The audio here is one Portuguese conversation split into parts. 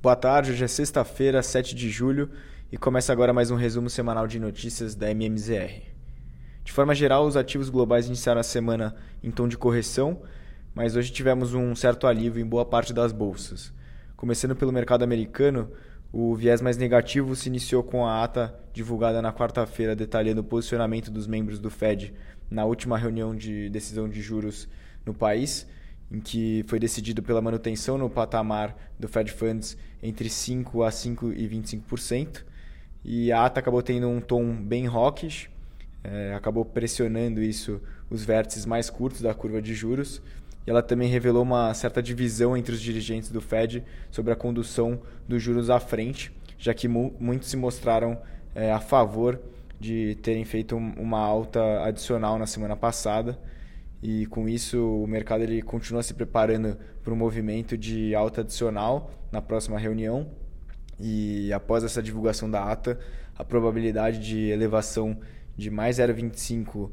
Boa tarde, hoje é sexta-feira, 7 de julho, e começa agora mais um resumo semanal de notícias da MMZR. De forma geral, os ativos globais iniciaram a semana em tom de correção, mas hoje tivemos um certo alívio em boa parte das bolsas. Começando pelo mercado americano, o viés mais negativo se iniciou com a ata divulgada na quarta-feira detalhando o posicionamento dos membros do Fed na última reunião de decisão de juros no país, em que foi decidido pela manutenção no patamar do Fed Funds entre 5% a 5,25%. E a ata acabou tendo um tom bem hawkish, acabou pressionando isso os vértices mais curtos da curva de juros. E ela também revelou uma certa divisão entre os dirigentes do Fed sobre a condução dos juros à frente, já que muitos se mostraram a favor de terem feito uma alta adicional na semana passada. E com isso o mercado ele continua se preparando para um movimento de alta adicional na próxima reunião. E após essa divulgação da ata, a probabilidade de elevação de mais 0,25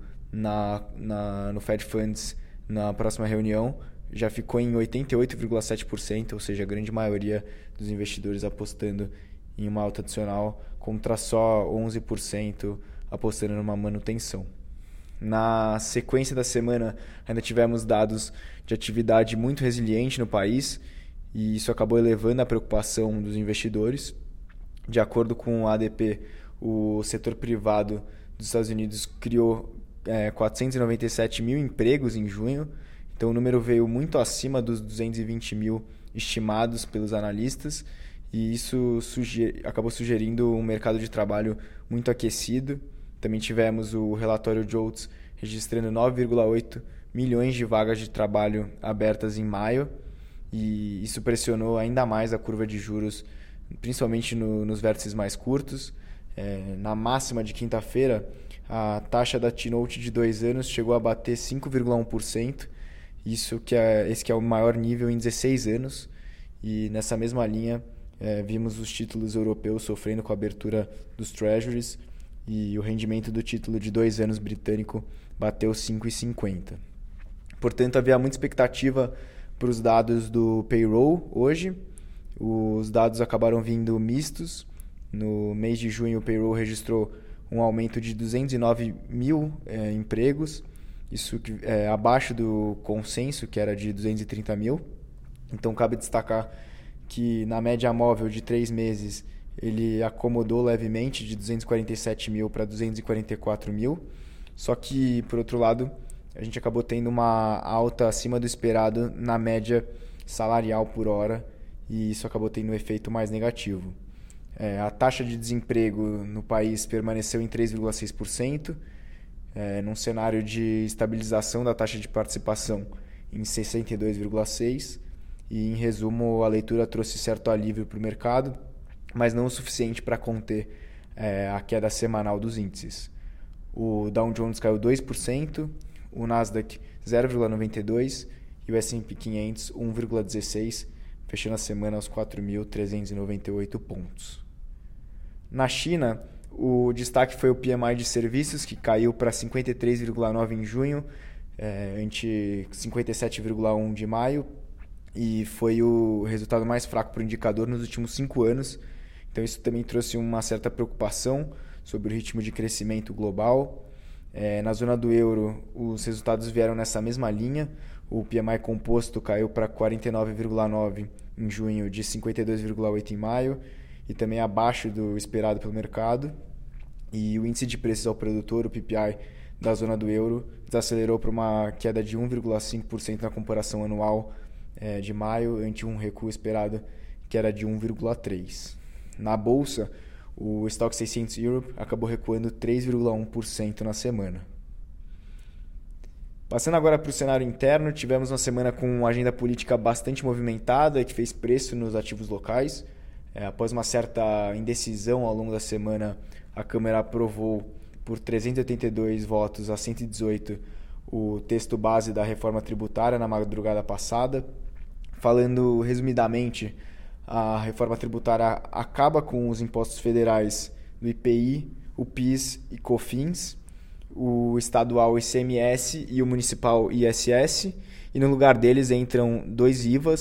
no Fed Funds na próxima reunião já ficou em 88,7%, ou seja, a grande maioria dos investidores apostando em uma alta adicional contra só 11% apostando numa manutenção. Na sequência da semana, ainda tivemos dados de atividade muito resiliente no país e isso acabou elevando a preocupação dos investidores. De acordo com o ADP, o setor privado dos Estados Unidos criou 497 mil empregos em junho, então o número veio muito acima dos 220 mil estimados pelos analistas e isso acabou sugerindo um mercado de trabalho muito aquecido. Também tivemos o relatório JOLTS registrando 9,8 milhões de vagas de trabalho abertas em maio e isso pressionou ainda mais a curva de juros, principalmente nos vértices mais curtos. Na máxima de quinta-feira, a taxa da T-Note de 2 anos chegou a bater 5,1%, esse que é o maior nível em 16 anos. E nessa mesma linha, vimos os títulos europeus sofrendo com a abertura dos Treasuries, e o rendimento do título de 2 anos britânico bateu 5,50. Portanto, havia muita expectativa para os dados do payroll hoje. Os dados acabaram vindo mistos. No mês de junho, o payroll registrou um aumento de 209 mil empregos, isso é abaixo do consenso, que era de 230 mil. Então, cabe destacar que na média móvel de 3 meses, ele acomodou levemente de 247 mil para 244 mil. Só que, por outro lado, a gente acabou tendo uma alta acima do esperado na média salarial por hora e isso acabou tendo um efeito mais negativo. A taxa de desemprego no país permaneceu em 3,6%, num cenário de estabilização da taxa de participação em 62,6%. E, em resumo, a leitura trouxe certo alívio para o mercado, mas não o suficiente para conter a queda semanal dos índices. O Dow Jones caiu 2%, o Nasdaq 0,92% e o S&P 500 1,16%, fechando a semana aos 4.398 pontos. Na China, o destaque foi o PMI de serviços, que caiu para 53,9 em junho, ante 57,1 de maio, e foi o resultado mais fraco para o indicador nos últimos 5 anos. Então isso também trouxe uma certa preocupação sobre o ritmo de crescimento global. Na zona do euro, os resultados vieram nessa mesma linha. O PMI composto caiu para 49,9 em junho, de 52,8 em maio, e também abaixo do esperado pelo mercado. E o índice de preços ao produtor, o PPI, da zona do euro, desacelerou para uma queda de 1,5% na comparação anual de maio, ante um recuo esperado que era de 1,3%. Na bolsa, o Stoxx 600 Europe acabou recuando 3,1% na semana. Passando agora para o cenário interno, tivemos uma semana com uma agenda política bastante movimentada que fez preço nos ativos locais. Após uma certa indecisão ao longo da semana, a Câmara aprovou por 382 votos a 118 o texto base da reforma tributária na madrugada passada. Falando resumidamente, a reforma tributária acaba com os impostos federais do IPI, o PIS e COFINS, o estadual ICMS e o municipal ISS, e no lugar deles entram 2 IVAs,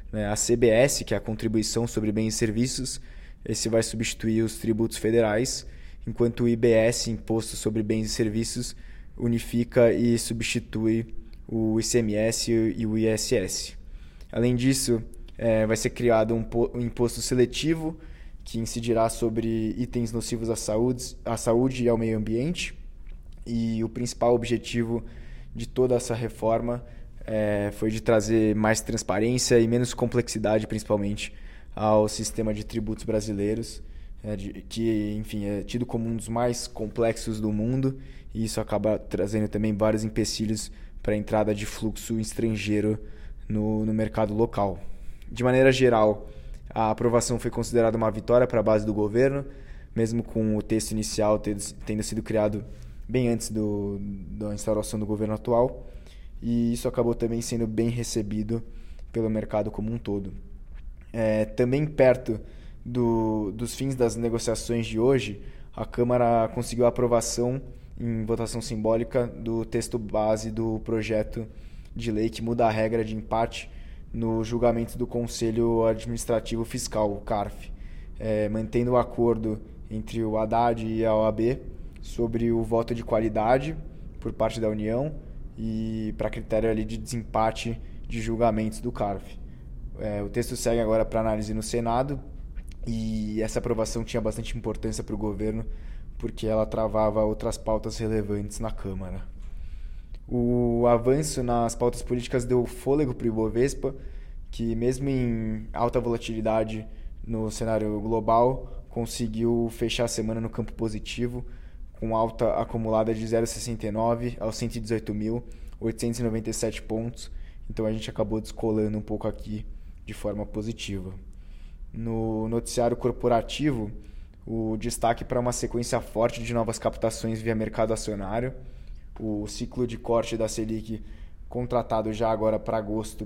né? A CBS, que é a Contribuição sobre Bens e Serviços, esse vai substituir os tributos federais, enquanto o IBS, Imposto sobre Bens e Serviços, unifica e substitui o ICMS e o ISS. Além disso, vai ser criado um imposto seletivo que incidirá sobre itens nocivos à saúde e ao meio ambiente. E o principal objetivo de toda essa reforma foi de trazer mais transparência e menos complexidade, principalmente, ao sistema de tributos brasileiros, que, enfim, é tido como um dos mais complexos do mundo, e isso acaba trazendo também vários empecilhos para a entrada de fluxo estrangeiro no mercado local. De maneira geral, a aprovação foi considerada uma vitória para a base do governo, mesmo com o texto inicial tendo sido criado bem antes da instauração do governo atual, e isso acabou também sendo bem recebido pelo mercado como um todo. Também perto dos fins das negociações de hoje, a Câmara conseguiu a aprovação em votação simbólica do texto base do projeto de lei que muda a regra de empate no julgamento do Conselho Administrativo Fiscal, o CARF, mantendo o acordo entre o Haddad e a OAB sobre o voto de qualidade por parte da União e para critério ali de desempate de julgamentos do CARF. O texto segue agora para análise no Senado e essa aprovação tinha bastante importância para o governo porque ela travava outras pautas relevantes na Câmara. O avanço nas pautas políticas deu fôlego para o Ibovespa, que mesmo em alta volatilidade no cenário global, conseguiu fechar a semana no campo positivo, com alta acumulada de 0,69 aos 118.897 pontos. Então a gente acabou descolando um pouco aqui de forma positiva. No noticiário corporativo, o destaque para uma sequência forte de novas captações via mercado acionário. O ciclo de corte da Selic, contratado já agora para agosto,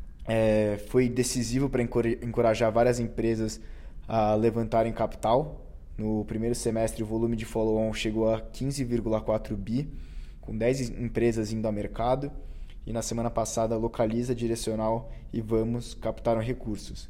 foi decisivo para encorajar várias empresas a levantarem capital. No primeiro semestre, o volume de follow-on chegou a 15,4 bi, com 10 empresas indo ao mercado. E na semana passada, Localiza, Direcional e Vamos captaram recursos.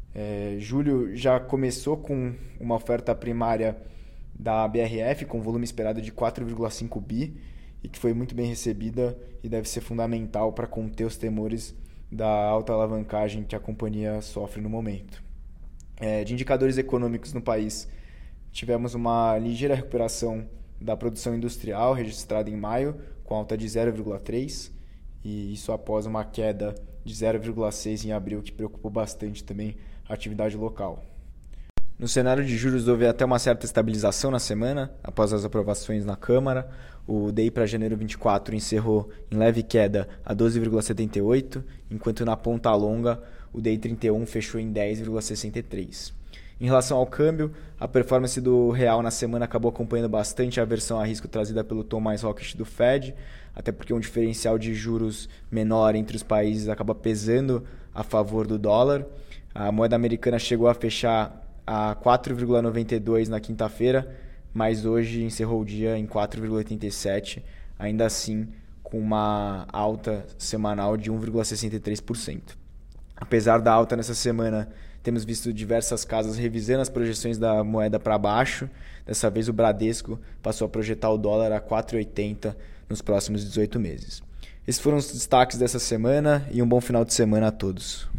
Julho já começou com uma oferta primária da BRF, com volume esperado de 4,5 bi, e que foi muito bem recebida e deve ser fundamental para conter os temores da alta alavancagem que a companhia sofre no momento. De indicadores econômicos no país, tivemos uma ligeira recuperação da produção industrial registrada em maio, com alta de 0,3%, e isso após uma queda de 0,6% em abril, que preocupou bastante também a atividade local. No cenário de juros, houve até uma certa estabilização na semana, após as aprovações na Câmara. O DI para janeiro 24 encerrou em leve queda a 12,78, enquanto na ponta longa o DI 31 fechou em 10,63. Em relação ao câmbio, a performance do real na semana acabou acompanhando bastante a aversão a risco trazida pelo tom mais hawkish do Fed, até porque um diferencial de juros menor entre os países acaba pesando a favor do dólar. A moeda americana chegou a fechar a 4,92 na quinta-feira, mas hoje encerrou o dia em 4,87, ainda assim com uma alta semanal de 1,63%. Apesar da alta nessa semana, temos visto diversas casas revisando as projeções da moeda para baixo. Dessa vez o Bradesco passou a projetar o dólar a 4,80 nos próximos 18 meses. Esses foram os destaques dessa semana e um bom final de semana a todos.